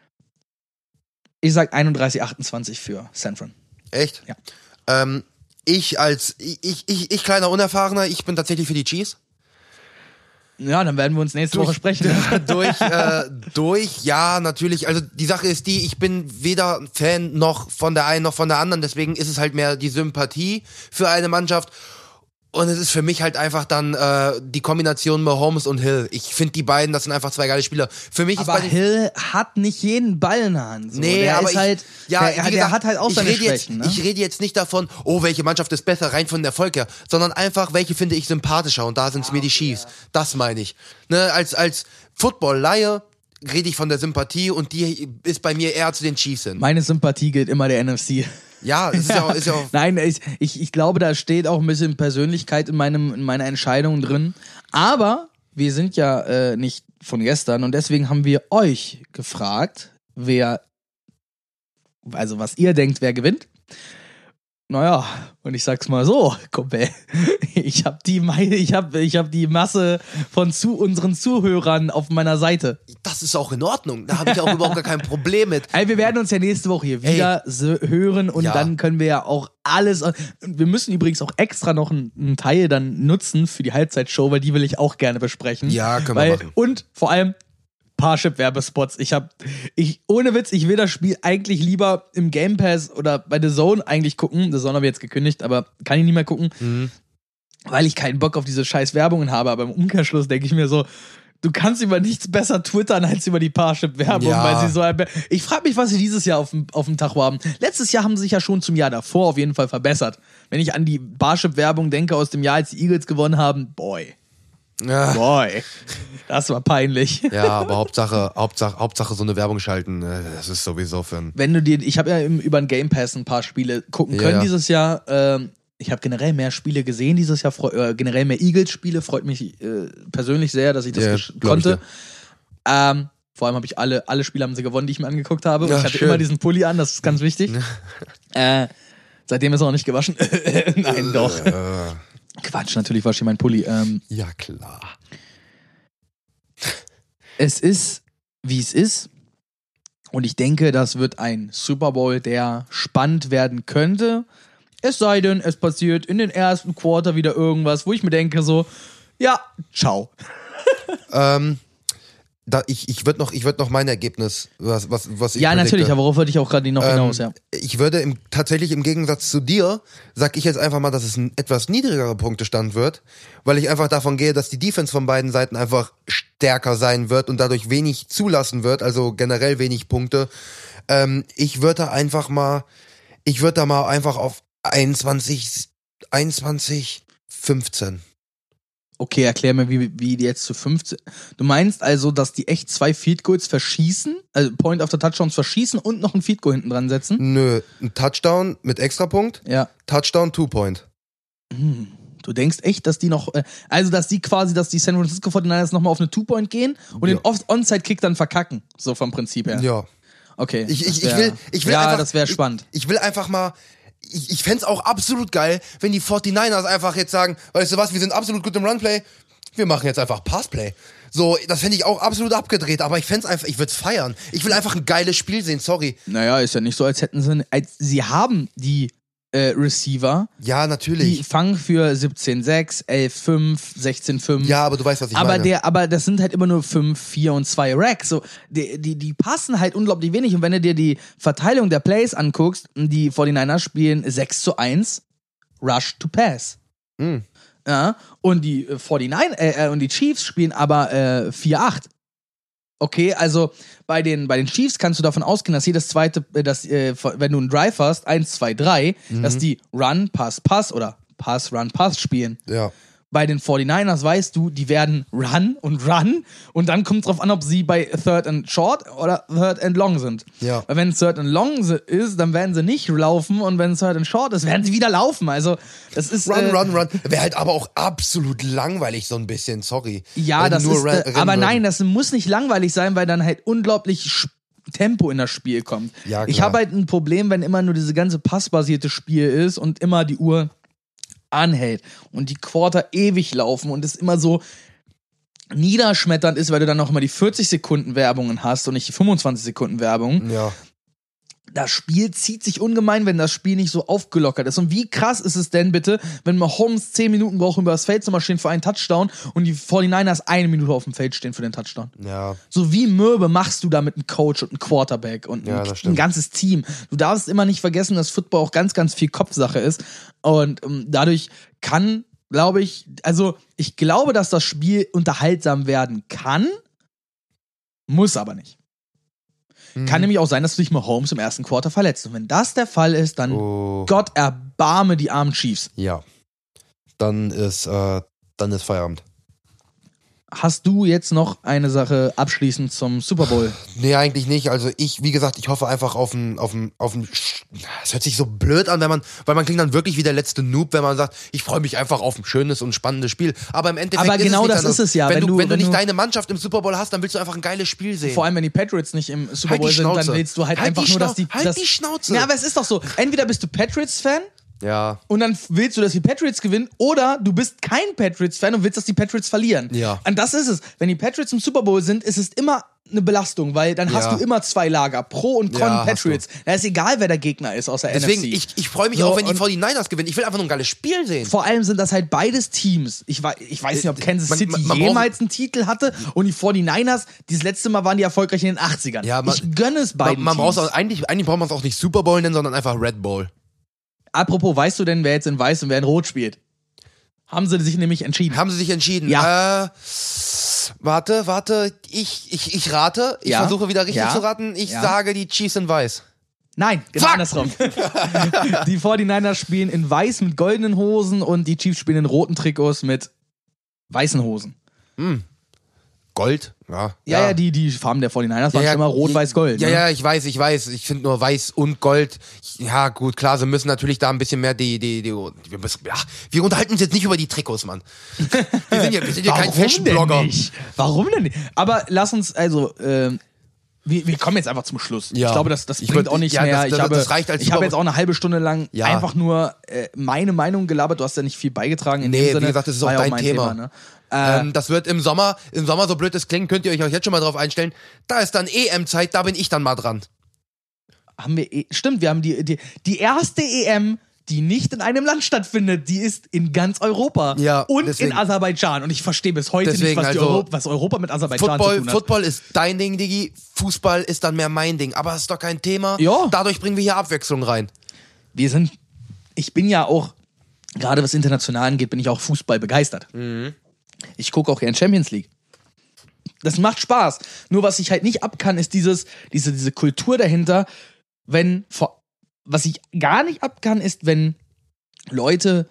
Ich sag einunddreißig achtundzwanzig für San Fran. du. Echt? Ja. Ähm, ich als, ich, ich, ich, ich kleiner Unerfahrener, ich bin tatsächlich für die Chiefs. Ja, dann werden wir uns nächste Woche sprechen. durch, äh, durch, ja, natürlich. Also die Sache ist die, ich bin weder Fan noch von der einen noch von der anderen, deswegen ist es halt mehr die Sympathie für eine Mannschaft. Und es ist für mich halt einfach dann äh, die Kombination Mahomes und Hill. Ich finde die beiden, das sind einfach zwei geile Spieler. Für mich Aber ist bei den Hill hat nicht jeden Ball in der Hand. So. Nee, der aber ist ich, halt, ja, der, wie der gesagt, hat halt auch ich seine rede Schwächen. Jetzt, Ne? Ich rede jetzt nicht davon, oh, welche Mannschaft ist besser, rein von der Erfolg her, sondern einfach, welche finde ich sympathischer und da sind es mir die Chiefs. Das meine ich. Ne, als als Football-Laie rede ich von der Sympathie und die ist bei mir eher zu den Chiefs hin. Meine Sympathie gilt immer der N F C. Ja, es ist ja, auch- ist ja auch, Nein, ich, ich, ich glaube, da steht auch ein bisschen Persönlichkeit in, meinem, in meiner Entscheidung drin. Aber wir sind ja äh, nicht von gestern und deswegen haben wir euch gefragt, wer, also was ihr denkt, wer gewinnt. Naja, und ich sag's mal so, Kumpel, ich hab die, Mei- ich hab, ich hab die Masse von zu unseren Zuhörern auf meiner Seite. das ist auch in Ordnung. Da habe ich auch überhaupt gar kein Problem mit. Ey, wir werden uns ja nächste Woche hier wieder so hören und Ja. dann können wir ja auch alles. Wir müssen übrigens auch extra noch einen, einen Teil dann nutzen für die Halbzeitshow, weil die will ich auch gerne besprechen. Ja, können wir weil, machen. Und vor allem Parship-Werbespots. Ich hab, ich, ohne Witz, ich will das Spiel eigentlich lieber im Game Pass oder bei The Zone eigentlich gucken. The Zone habe ich jetzt gekündigt, aber kann ich nicht mehr gucken, Mhm. weil ich keinen Bock auf diese scheiß Werbungen habe. Aber im Umkehrschluss denke ich mir so, du kannst über nichts besser twittern als über die Parship-Werbung, Ja. weil sie so. Ich frage mich, was sie dieses Jahr auf dem, auf dem Tacho haben. Letztes Jahr haben sie sich ja schon zum Jahr davor auf jeden Fall verbessert. Wenn ich an die Parship-Werbung denke aus dem Jahr, als die Eagles gewonnen haben, boy, Ja. boy, das war peinlich. Ja, aber Hauptsache, Hauptsache, Hauptsache so eine Werbung schalten, äh, das ist sowieso für ein. Wenn du dir, ich habe ja im, über den Game Pass ein paar Spiele gucken Ja, können ja. dieses Jahr. Ähm, ich habe generell mehr Spiele gesehen dieses Jahr, freu, äh, generell mehr Eagles-Spiele. Freut mich äh, persönlich sehr, dass ich das Ja, gesch- glaub ich konnte. dir. Ähm, vor allem habe ich alle, alle Spiele haben sie gewonnen, die ich mir angeguckt habe. Und Ja, ich hatte schön. immer diesen Pulli an, das ist ganz wichtig. äh, seitdem ist er noch nicht gewaschen. Nein, doch. Äh, Quatsch, natürlich wasche ich meinen Pulli. Ähm, ja, klar. es ist, wie es ist. Und ich denke, das wird ein Super Bowl, der spannend werden könnte. Es sei denn, es passiert in den ersten Quarter wieder irgendwas, wo ich mir denke so, ja, ciao. ähm, da, ich ich würde noch, ich würd noch mein Ergebnis, was, was, was ich Ja, predikte. natürlich, aber worauf wollte ich auch gerade noch hinaus, ähm, ja. Ich würde im, tatsächlich im Gegensatz zu dir, sag ich jetzt einfach mal, dass es ein etwas niedrigerer Punktestand wird, weil ich einfach davon gehe, dass die Defense von beiden Seiten einfach stärker sein wird und dadurch wenig zulassen wird, also generell wenig Punkte. Ähm, ich würde da einfach mal, ich würde da mal einfach auf einundzwanzig, einundzwanzig, fünfzehn. Okay, erklär mir, wie, wie die jetzt zu fünfzehn. Du meinst also, dass die echt zwei Field Goals verschießen, also Point after Touchdowns verschießen und noch ein Field Goal hinten dran setzen? Nö, ein Touchdown mit Extrapunkt, Ja. Touchdown, Two-Point. Hm. Du denkst echt, dass die noch, äh, also dass die quasi, dass die San Francisco forty-niners nochmal auf eine Two-Point gehen und Ja. den Off- Onside-Kick dann verkacken, so vom Prinzip her. Ja. Okay. Ich, das ich, wär- ich will, ich will ja, einfach, das wäre spannend. Ich, ich will einfach mal, ich, ich fänd's auch absolut geil, wenn die forty-niners einfach jetzt sagen, weißt du was, wir sind absolut gut im Runplay, wir machen jetzt einfach Passplay. So, das fände ich auch absolut abgedreht, aber ich fänd's einfach, ich würd's feiern. Ich will einfach ein geiles Spiel sehen, sorry. Naja, ist ja nicht so, als hätten sie, als sie haben die äh, Receiver, Ja, die natürlich. fangen für siebzehn sechs, elf fünf, sechzehn fünf. Ja, aber du weißt, was ich aber meine. der, aber das sind halt immer nur fünf, vier und zwei Racks. So, die, die, die passen halt unglaublich wenig. Und wenn du dir die Verteilung der Plays anguckst, die forty-niners spielen sechs zu eins Rush to Pass. Hm. Ja, und die äh, forty-nine äh, äh, und die Chiefs spielen aber äh, vier acht. Okay, also bei den, bei den Chiefs kannst du davon ausgehen, dass jedes zweite, äh, dass, äh, wenn du einen Drive hast, eins, zwei, drei, Mhm. dass die Run, Pass, Pass oder Pass, Run, Pass spielen. Ja. Bei den forty-niners weißt du, die werden Run und Run und dann kommt es drauf an, ob sie bei Third and Short oder Third and Long sind. Ja. Weil wenn es Third and Long si- ist, dann werden sie nicht laufen und wenn es Third and Short ist, werden sie wieder laufen. Also das ist... Run, äh, run, run. Wäre halt aber auch absolut langweilig, so ein bisschen, sorry. Ja, Weil die das nur ist, ran- äh, rennen aber würden. nein, das muss nicht langweilig sein, weil dann halt unglaublich Sch- Tempo in das Spiel kommt. Ja, ich klar. habe halt ein Problem, wenn immer nur diese ganze passbasierte Spiel ist und immer die Uhr anhält und die Quarter ewig laufen und es immer so niederschmetternd ist, weil du dann noch immer die vierzig Sekunden Werbungen hast und nicht die fünfundzwanzig Sekunden Werbung. Ja. Das Spiel zieht sich ungemein, wenn das Spiel nicht so aufgelockert ist. Und wie krass ist es denn bitte, wenn Mahomes zehn Minuten braucht, um über das Feld zu marschieren für einen Touchdown und die forty-niners eine Minute auf dem Feld stehen für den Touchdown? Ja. So wie mürbe machst du da mit einem Coach und einem Quarterback und Ja, ein, das ein stimmt. ganzes Team. Du darfst immer nicht vergessen, dass Football auch ganz, ganz viel Kopfsache ist. Und ähm, dadurch kann, glaube ich, also ich glaube, dass das Spiel unterhaltsam werden kann, muss aber nicht. Mhm. Kann nämlich auch sein, dass du dich Mahomes im ersten Quarter verletzt. Und wenn das der Fall ist, dann Oh. Gott erbarme die armen Chiefs. Ja. Dann ist, äh, dann ist Feierabend. Hast du jetzt noch eine Sache abschließend zum Super Bowl? Nee, eigentlich nicht. Also ich, wie gesagt, ich hoffe einfach auf ein, auf ein, auf ein, es hört sich so blöd an, wenn man, weil man klingt dann wirklich wie der letzte Noob, wenn man sagt, ich freue mich einfach auf ein schönes und spannendes Spiel. Aber im Endeffekt Aber ist genau es nichts das anderes. ist es ja. Wenn, Wenn du, du- wenn du wenn nicht du- deine Mannschaft im Super Bowl hast, dann willst du einfach ein geiles Spiel sehen. Vor allem, wenn die Patriots nicht im Super Halt die Bowl sind, dann Schnauze. willst du halt, Halt einfach die nur, dass die... Schnau- halt dass, die Schnauze. Ja, aber es ist doch so, entweder bist du Patriots-Fan Ja. und dann willst du, dass die Patriots gewinnen, oder du bist kein Patriots-Fan und willst, dass die Patriots verlieren. Ja. Und das ist es. Wenn die Patriots im Super Bowl sind, ist es immer eine Belastung, weil dann hast Ja. du immer zwei Lager, Pro und Con Ja, hast Patriots. Da ist egal, wer der Gegner ist aus der Deswegen, N F C. ich, ich freue mich So, auch, wenn die und- forty-niners gewinnen. Ich will einfach nur ein geiles Spiel sehen. Vor allem sind das halt beides Teams. Ich, wei- ich weiß nicht, ob Kansas Man- City man- man braucht- jemals einen Titel hatte und die forty-niners, dieses letzte Mal waren die erfolgreich in den achtzigern. Ja, man- ich gönne es beiden Man, man Teams. braucht auch, eigentlich, eigentlich braucht man es auch nicht Super Bowl nennen, sondern einfach Red Bowl. Apropos, weißt du denn, wer jetzt in Weiß und wer in Rot spielt? Haben sie sich nämlich entschieden. Haben sie sich entschieden? Ja. Äh, warte, warte, ich, ich, ich rate, ich Ja. versuche wieder richtig Ja. zu raten. Ich Ja. sage die Chiefs in Weiß. Nein, genau Fuck! andersrum. Die forty-niners spielen in Weiß mit goldenen Hosen und die Chiefs spielen in roten Trikots mit weißen Hosen. Gold? Ja. Ja, ja, die, die Farben der forty-niners waren ja, schon immer rot, weiß, gold. Ja, ne? ja, ich weiß, ich weiß. Ich finde nur Weiß und Gold. Ja, gut, klar, sie müssen natürlich da ein bisschen mehr die, die, die, wir müssen, ach, wir unterhalten uns jetzt nicht über die Trikots, Mann. Wir sind ja, wir sind ja kein Warum Fashion-Blogger. denn nicht? Warum denn nicht? Aber lass uns, also, ähm, wir, wir kommen jetzt einfach zum Schluss. Ja. Ich glaube, das, das Ich bringt würd- auch nicht ja, mehr. das- ich das- habe, das reicht als ich habe Super- jetzt auch eine halbe Stunde lang Ja. einfach nur äh, meine Meinung gelabert. Du hast ja nicht viel beigetragen in Nee, dem wie Sinne. gesagt, das ist auch War ja dein mein Thema. ne? äh, Ähm, das wird im Sommer, im Sommer, so blöd es klingt, könnt ihr euch auch jetzt schon mal drauf einstellen. Da ist dann E M-Zeit, da bin ich dann mal dran. haben wir, eh- stimmt, wir haben die, die, die erste E M, die nicht in einem Land stattfindet, die ist in ganz Europa Ja, und deswegen- in Aserbaidschan. Und ich verstehe bis heute Deswegen, nicht, was, die also, Euro- was Europa mit Aserbaidschan zu Football, tun hat. Football ist dein Ding, Digi. Fußball ist dann mehr mein Ding. Aber das ist doch kein Thema. Ja. Dadurch bringen wir hier Abwechslung rein. Wir sind, ich bin ja auch, gerade was international angeht, bin ich auch Fußball begeistert. Mhm. Ich gucke auch gern Champions League. Das macht Spaß. Nur was ich halt nicht ab kann, ist dieses, diese, diese Kultur dahinter, wenn, vor, was ich gar nicht ab kann, ist, wenn Leute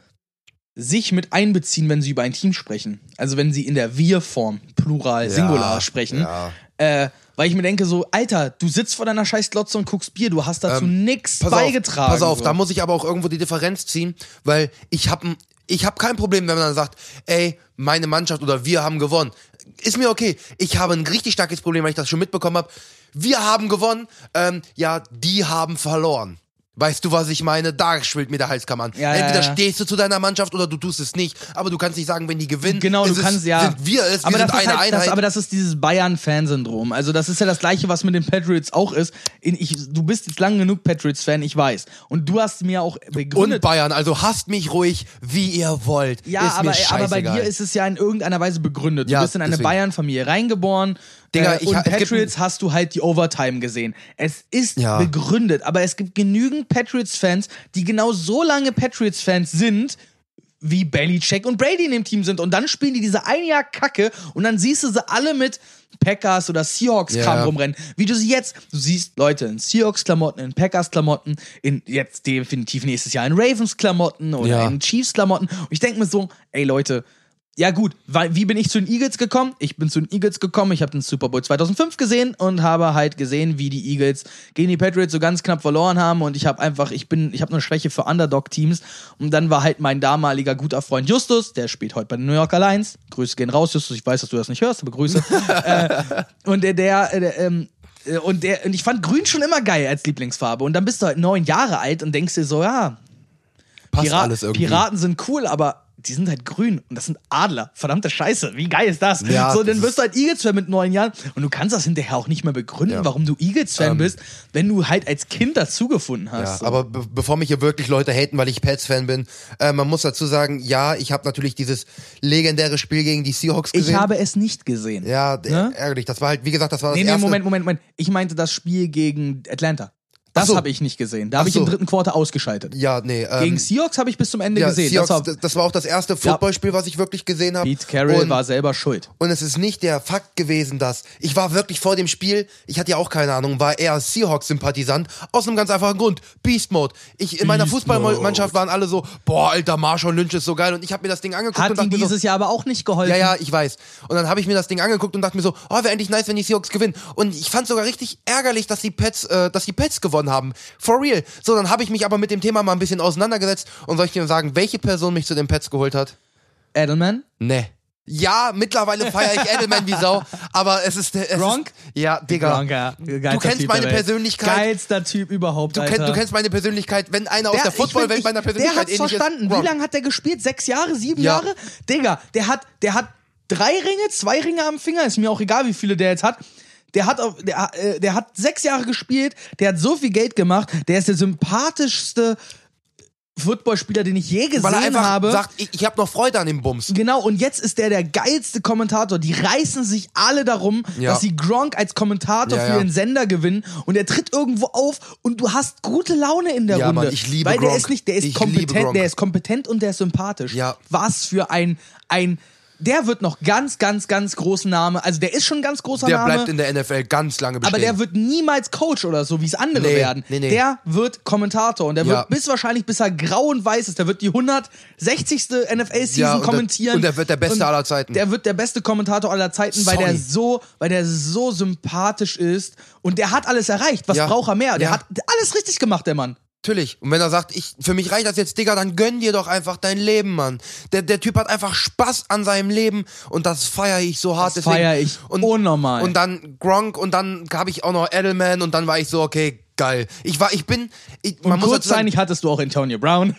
sich mit einbeziehen, wenn sie über ein Team sprechen. Also wenn sie in der Wir-Form, Plural, Singular sprechen. Ja. Äh, weil ich mir denke so, Alter, du sitzt vor deiner scheiß Glotze und guckst Bier, du hast dazu Ähm, nix Pass beigetragen. Auf, pass auf, so. da muss ich aber auch irgendwo die Differenz ziehen, weil ich habe ich hab kein Problem, wenn man dann sagt, ey, meine Mannschaft oder wir haben gewonnen. Ist mir okay. Ich habe ein richtig starkes Problem, weil ich das schon mitbekommen habe. Wir haben gewonnen, ähm, ja, die haben verloren. Weißt du, was ich meine? Da schwillt mir der Halskamm an. Ja, Entweder ja, ja. stehst du zu deiner Mannschaft oder du tust es nicht. Aber du kannst nicht sagen, wenn die gewinnen, Genau, ist du es, kannst ja. sind wir es, wir aber sind das ist eine halt, Einheit. Das, aber das ist dieses Bayern-Fan-Syndrom. Also das ist ja das Gleiche, was mit den Patriots auch ist. In, ich, du bist jetzt lang genug Patriots-Fan, ich weiß. Und du hast mir auch und begründet. Bayern, also hasst mich ruhig, wie ihr wollt. Ja, ist aber, mir aber bei scheißegal. dir ist es ja in irgendeiner Weise begründet. Du Ja, bist in eine deswegen. Bayern-Familie reingeboren. Digga, äh, ich und ha- es gibt Patriots hast du halt die Overtime gesehen. Es ist Ja. begründet, aber es gibt genügend Patriots-Fans, die genau so lange Patriots-Fans sind, wie Belichick und Brady in dem Team sind. Und dann spielen die diese ein Jahr Kacke und dann siehst du sie alle mit Packers oder Seahawks-Kram Ja. rumrennen. Wie du sie jetzt, du siehst Leute in Seahawks-Klamotten, in Packers-Klamotten, in jetzt definitiv nächstes Jahr in Ravens-Klamotten oder Ja. in Chiefs-Klamotten. Und ich denke mir so, ey Leute, ja gut, weil, wie bin ich zu den Eagles gekommen? Ich bin zu den Eagles gekommen, ich habe den Super Bowl zweitausendfünf gesehen und habe halt gesehen, wie die Eagles gegen die Patriots so ganz knapp verloren haben und ich habe einfach, ich bin, ich habe eine Schwäche für Underdog-Teams und dann war halt mein damaliger guter Freund Justus, der spielt heute bei den New Yorker Lions, Grüße gehen raus, Justus, ich weiß, dass du das nicht hörst, aber Grüße. äh, und der, der, äh, der ähm, äh, und der, und ich fand Grün schon immer geil als Lieblingsfarbe und dann bist du halt neun Jahre alt und denkst dir so, ja, Passt Pira- alles irgendwie. Piraten sind cool, aber die sind halt grün und das sind Adler. Verdammte Scheiße, wie geil ist das? Ja, so, dann das wirst du halt Eagles-Fan mit neun Jahren und du kannst das hinterher auch nicht mehr begründen, Ja. warum du Eagles-Fan Ähm. bist, wenn du halt als Kind dazugefunden hast. Ja, so. aber be bevor mich hier wirklich Leute haten, weil ich Pets-Fan bin, äh, man muss dazu sagen, ja, ich habe natürlich dieses legendäre Spiel gegen die Seahawks gesehen. ich habe es nicht gesehen. ja, d- Ne? ärgerlich. Das war halt, wie gesagt, das war das nee, nee, erste. Moment, Moment, Moment. Ich meinte das Spiel gegen Atlanta. Das Ach so. habe ich nicht gesehen. Da Ach habe ich so. im dritten Quarter ausgeschaltet. Ja, nee. Ähm, Gegen Seahawks habe ich bis zum Ende ja, gesehen. Seahawks, das das, war, war auch das erste Footballspiel, was ich wirklich gesehen habe. Pete Carroll und, war selber schuld. und es ist nicht der Fakt gewesen, dass ich war wirklich vor dem Spiel, ich hatte ja auch keine Ahnung, war eher Seahawks-Sympathisant, aus einem ganz einfachen Grund. Beast Mode. Ich, in meiner Beast Fußballmannschaft waren alle so, boah, Alter, Marshawn Lynch ist so geil. Und ich habe mir das Ding angeguckt Hat und dachte ihm mir so, dieses Jahr aber auch nicht geholfen. ja, ja, ich weiß. Und dann habe ich mir das Ding angeguckt und dachte mir so, oh, wäre endlich nice, wenn die Seahawks gewinnen. Und ich fand sogar richtig ärgerlich, dass die Pets, äh, dass die Pets gewonnen haben. For real. So, dann habe ich mich aber mit dem Thema mal ein bisschen auseinandergesetzt und soll ich dir sagen, welche Person mich zu den Pets geholt hat? Edelman? Nee. Ja, mittlerweile feiere ich Edelman wie Sau, aber es ist... Es Gronk? Ist, ja, Digga. Gronk, ja. Geilster Du kennst Typ meine der Welt. Persönlichkeit. Geilster Typ überhaupt, Du, Alter. kenn, du kennst meine Persönlichkeit. Wenn einer aus Der- der ich Footballwelt find, meiner ich- Der Persönlichkeit hat's ähnlich verstanden. ist... Wie Gronk. lange hat der gespielt? Sechs Jahre? Sieben Ja. Jahre? Digga, der hat, der hat drei Ringe, zwei Ringe am Finger. Ist mir auch egal, wie viele der jetzt hat. Der hat, auf, der, äh, der hat sechs Jahre gespielt. Der hat so viel Geld gemacht. Der ist der sympathischste Footballspieler, den ich je gesehen Weil er einfach habe. sagt, ich, ich habe noch Freude an dem Bums. Genau, und jetzt ist der der geilste Kommentator. Die reißen sich alle darum, Ja. dass sie Gronk als Kommentator Ja, für ja. ihren Sender gewinnen und er tritt irgendwo auf und du hast gute Laune in der Ja, Runde. Mann, ich liebe Weil der Gronk. ist nicht, der ist Ich liebe kompetent, Gronk. der ist kompetent und der ist sympathisch. Ja. Was für ein, ein, der wird noch ganz, ganz, ganz großen Name. Also der ist schon ein ganz großer Der Name. bleibt in der N F L ganz lange bestehen. Aber der wird niemals Coach oder so, wie es andere Nee, werden. nee, nee. Der wird Kommentator und der Ja. wird bis wahrscheinlich, bis er grau und weiß ist, der wird die hundertsechzigste N F L-Season Ja, und der- kommentieren. und der wird der Beste Und aller Zeiten. Der wird der beste Kommentator aller Zeiten, weil Sorry. der so, weil der so sympathisch ist und der hat alles erreicht. Was Ja. braucht er mehr? Der Ja. hat alles richtig gemacht, der Mann. Natürlich. Und wenn er sagt, ich, für mich reicht das jetzt, Digga, dann gönn dir doch einfach dein Leben, Mann. Der, der Typ hat einfach Spaß an seinem Leben und das feiere ich so hart. Das feier ich und, unnormal. Und dann Gronk und dann habe ich auch noch Edelman und dann war ich so, okay, geil. Ich war, ich bin, ich, man Und muss dazu sagen, kurzzeitig hattest du auch Antonio Brown.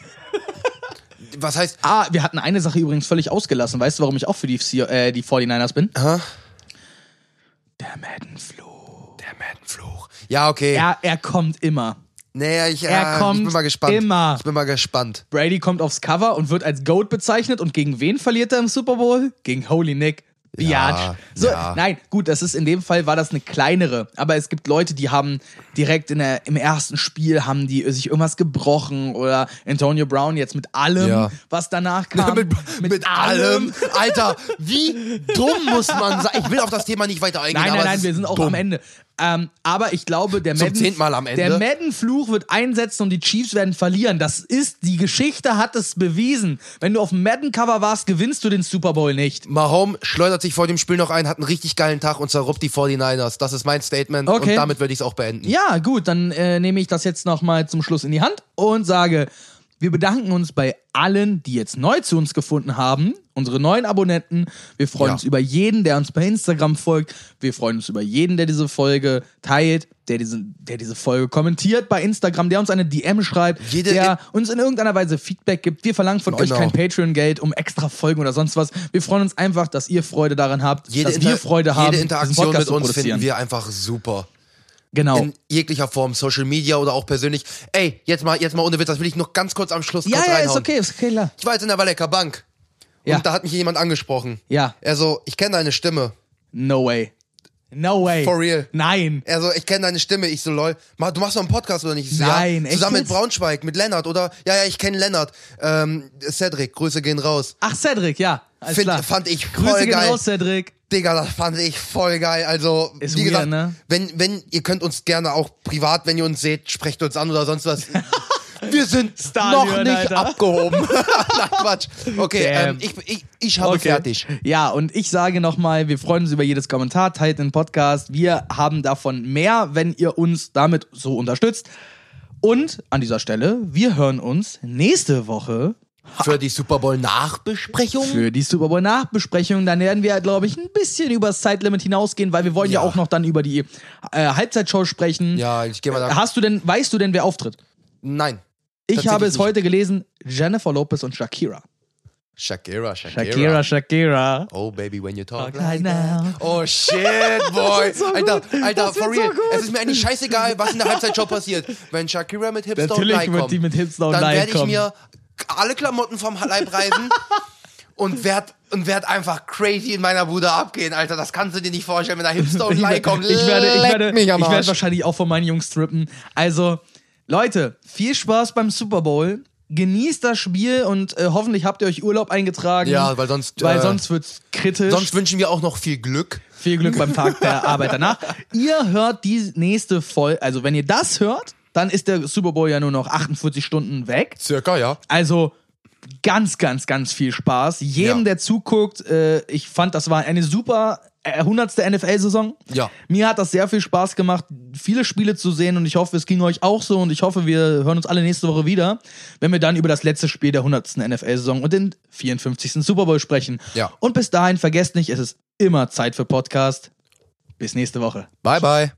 was heißt, Ah, wir hatten eine Sache übrigens völlig ausgelassen. Weißt du, warum ich auch für die, C- äh, die forty-niners bin? Hä? Der Madden-Fluch. Der Madden-Fluch. Ja, okay. Er, er kommt immer. Naja, ich, Er äh, kommt ich bin mal gespannt. immer. Ich bin mal gespannt. Brady kommt aufs Cover und wird als GOAT bezeichnet. Und gegen wen verliert er im Super Bowl? Gegen Holy Nick. Biatch. Ja, so, ja. Nein, gut, das ist in dem Fall war das eine kleinere. Aber es gibt Leute, die haben direkt in der, im ersten Spiel haben die sich irgendwas gebrochen oder Antonio Brown jetzt mit allem, Ja. was danach kam. mit, mit, allem. Alter, wie dumm muss man sein? Ich will auf das Thema nicht weiter eingehen. Nein, nein, aber nein, es wir ist sind auch dumm. am Ende. Ähm, aber ich glaube, der Zum Madden, zehnten Mal am Ende. der Madden-Fluch wird einsetzen und die Chiefs werden verlieren. Das ist, die Geschichte hat es bewiesen. Wenn du auf dem Madden-Cover warst, gewinnst du den Super Bowl nicht. Mahomes schleudert sich vor dem Spiel noch ein, hat einen richtig geilen Tag und zerruppt die forty-niners. Das ist mein Statement Okay. und damit würde ich es auch beenden. Ja, gut, dann äh, nehme ich das jetzt nochmal zum Schluss in die Hand und sage, wir bedanken uns bei allen, die jetzt neu zu uns gefunden haben, unsere neuen Abonnenten. Wir freuen Ja. uns über jeden, der uns bei Instagram folgt. Wir freuen uns über jeden, der diese Folge teilt, der diese, der diese Folge kommentiert bei Instagram, der uns eine D M schreibt, Jede- der uns in irgendeiner Weise Feedback gibt. Wir verlangen von Genau. euch kein Patreon-Geld um extra Folgen oder sonst was. Wir freuen uns einfach, dass ihr Freude daran habt, Jede, dass Inter wir Freude haben, jede diesen Interaktion Podcast mit zu uns produzieren. finden wir einfach super. Genau. In jeglicher Form, Social Media oder auch persönlich. Ey, jetzt mal, jetzt mal ohne Witz, das will ich noch ganz kurz am Schluss Ja, kurz ja, reinhauen. ist okay, ist okay, klar. Ich war jetzt in der Wallecker Bank Ja. und da hat mich jemand angesprochen. Ja. Er so, ich kenne deine Stimme. No way. No way. For real. Nein. Er so, ich kenne deine Stimme. Ich so, lol. Ma- Du machst doch einen Podcast oder nicht? Ich so, Nein, ja. echt Zusammen mit jetzt? Braunschweig, mit Lennart, oder? Ja, ja, ich kenne Lennart. Ähm, Cedric, Grüße gehen raus. Ach, Cedric, ja. Alles Find, klar. fand ich voll Grüße gehen geil. raus, Cedric. Digga, das fand ich voll geil. Also, Ist wie weird, gesagt, ne? wenn, wenn, ihr könnt uns gerne auch privat, wenn ihr uns seht, sprecht uns an oder sonst was. Wir sind Stadion, noch nicht Alter. abgehoben. Nein, Quatsch. Okay, Damn. ähm, ich, ich, ich habe Okay. fertig. Ja, und ich sage nochmal, wir freuen uns über jedes Kommentar, teilt den Podcast. Wir haben davon mehr, wenn ihr uns damit so unterstützt. Und an dieser Stelle, wir hören uns nächste Woche Für die Super Bowl Nachbesprechung. für die Super Bowl Nachbesprechung. Dann werden wir, glaube ich, ein bisschen über das Zeitlimit hinausgehen, weil wir wollen ja, Ja. auch noch dann über die äh, Halbzeitshow sprechen. Ja, ich gehe mal da. Hast du denn, weißt du denn, wer auftritt? Nein. Ich Tatsächlich habe es nicht. heute gelesen, Jennifer Lopez und Shakira. Shakira, Shakira. Shakira, Shakira. Oh, baby, when you talk Talk like like that. now. Oh, shit, boy. so Alter, gut. Alter, Das for wird so real. gut. Es ist mir eigentlich scheißegal, was in der Halbzeitshow passiert. Wenn Shakira mit Hipster Natürlich und Like wird kommt, die mit Hipster und dann Like werde ich kommen. mir alle Klamotten vom Leib reißen und werd, und werd einfach crazy in meiner Bude abgehen, Alter. Das kannst du dir nicht vorstellen, wenn da Hipster und Ich Like werde, kommt. ich werde, ich Leck werde, mich am ich werde Arsch. wahrscheinlich auch von meinen Jungs strippen. Also, Leute, viel Spaß beim Super Bowl. Genießt das Spiel und äh, hoffentlich habt ihr euch Urlaub eingetragen. Ja, weil sonst, Weil äh, sonst wird's kritisch. Sonst wünschen wir auch noch viel Glück. Viel Glück beim Tag der Arbeit danach. Ihr hört die nächste Folge, also wenn ihr das hört, dann ist der Super Bowl ja nur noch achtundvierzig Stunden weg. Circa, ja. Also ganz, ganz, ganz viel Spaß. Jedem, Ja. der zuguckt, äh, ich fand, das war eine super äh, hundertste N F L-Saison. Ja. Mir hat das sehr viel Spaß gemacht, viele Spiele zu sehen und ich hoffe, es ging euch auch so und ich hoffe, wir hören uns alle nächste Woche wieder, wenn wir dann über das letzte Spiel der hundertsten N F L-Saison und den vierundfünfzigsten Super Bowl sprechen. Ja. Und bis dahin, vergesst nicht, es ist immer Zeit für Podcast. Bis nächste Woche. Bye, bye.